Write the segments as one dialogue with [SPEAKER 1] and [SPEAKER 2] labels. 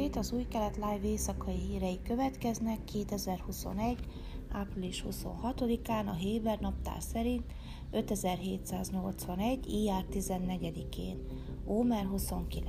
[SPEAKER 1] estét! Az Új Kelet Live éjszakai hírei következnek 2021. április 26-án a Héber naptár szerint 5781. ijár 14-én, Ómer 29.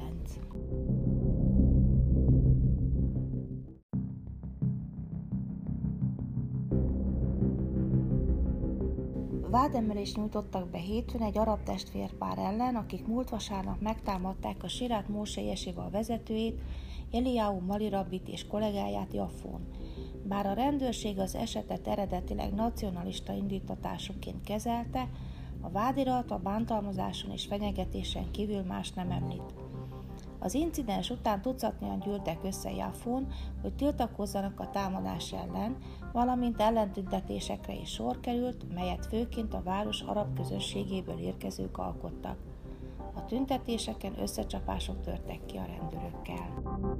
[SPEAKER 1] Vádemelést nyújtottak be hétfőn egy arab testvérpár ellen, akik múlt vasárnap megtámadták a Sirát Móse Jesiva vezetőjét, Eliyahu Mali rabbit és kollégáját Jaffón. Bár a rendőrség az esetet eredetileg nacionalista indítatásúként kezelte, a vádirat a bántalmazáson és fenyegetésen kívül más nem említ. Az incidens után tucatnyian gyűltek össze Jaffón, hogy tiltakozzanak a támadás ellen, valamint ellentüntetésekre is sor került, melyet főként a város arab közösségéből érkezők alkottak. A tüntetéseken összecsapások törtek ki a rendőrökkel.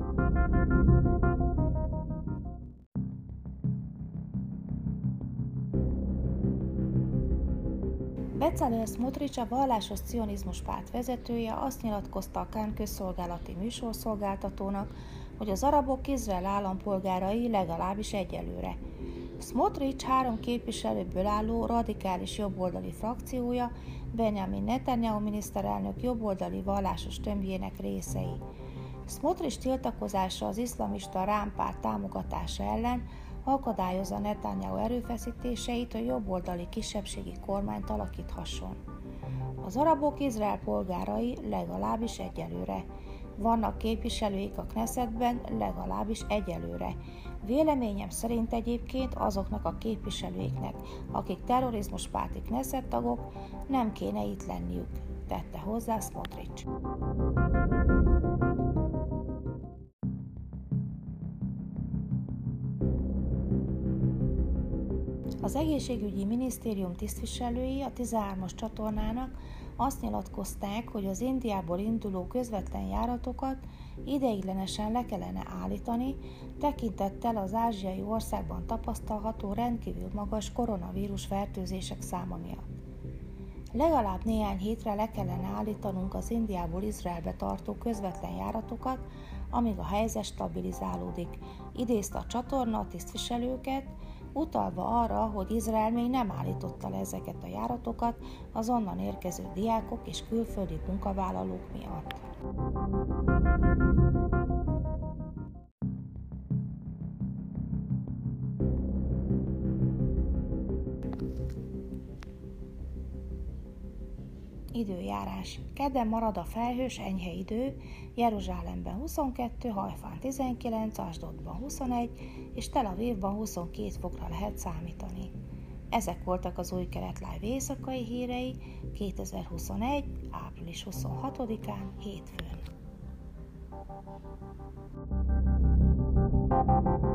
[SPEAKER 1] Bezalel Smotrich, a vallásos cionizmus párt vezetője azt nyilatkozta a Kán közszolgálati műsorszolgáltatónak, hogy az arabok Izrael állampolgárai legalábbis egyelőre. Smotrich 3 képviselőből álló radikális jobboldali frakciója Benjamin Netanyahu miniszterelnök jobboldali vallásos tömbjének részei. Smotrich tiltakozása az iszlamista rámpárt támogatása ellen akadályozza Netanyahu erőfeszítéseit, hogy jobboldali kisebbségi kormányt alakíthasson. Az arabok Izrael polgárai legalábbis egyelőre. Vannak képviselőik a Knessetben legalábbis egyelőre. Véleményem szerint egyébként azoknak a képviselőiknek, akik terrorizmuspárti Knesset tagok, nem kéne itt lenniük, tette hozzá Smotrich. Az egészségügyi minisztérium tisztviselői a 13-as csatornának azt nyilatkozták, hogy az Indiából induló közvetlen járatokat ideiglenesen le kellene állítani, tekintettel az ázsiai országban tapasztalható rendkívül magas koronavírus fertőzések száma miatt. Legalább néhány hétre le kellene állítanunk az Indiából Izraelbe tartó közvetlen járatokat, amíg a helyzet stabilizálódik, idézte a csatorna a tisztviselőket, utalva arra, hogy Izrael még nem állította le ezeket a járatokat az onnan érkező diákok és külföldi munkavállalók miatt. Időjárás. Kedden marad a felhős, enyhe idő, Jeruzsálemben 22, Hajfán 19, Asdodban 21 és Tel Avivban 22 fokra lehet számítani. Ezek voltak az Új Kelet Live éjszakai hírei 2021. április 26-án hétfőn.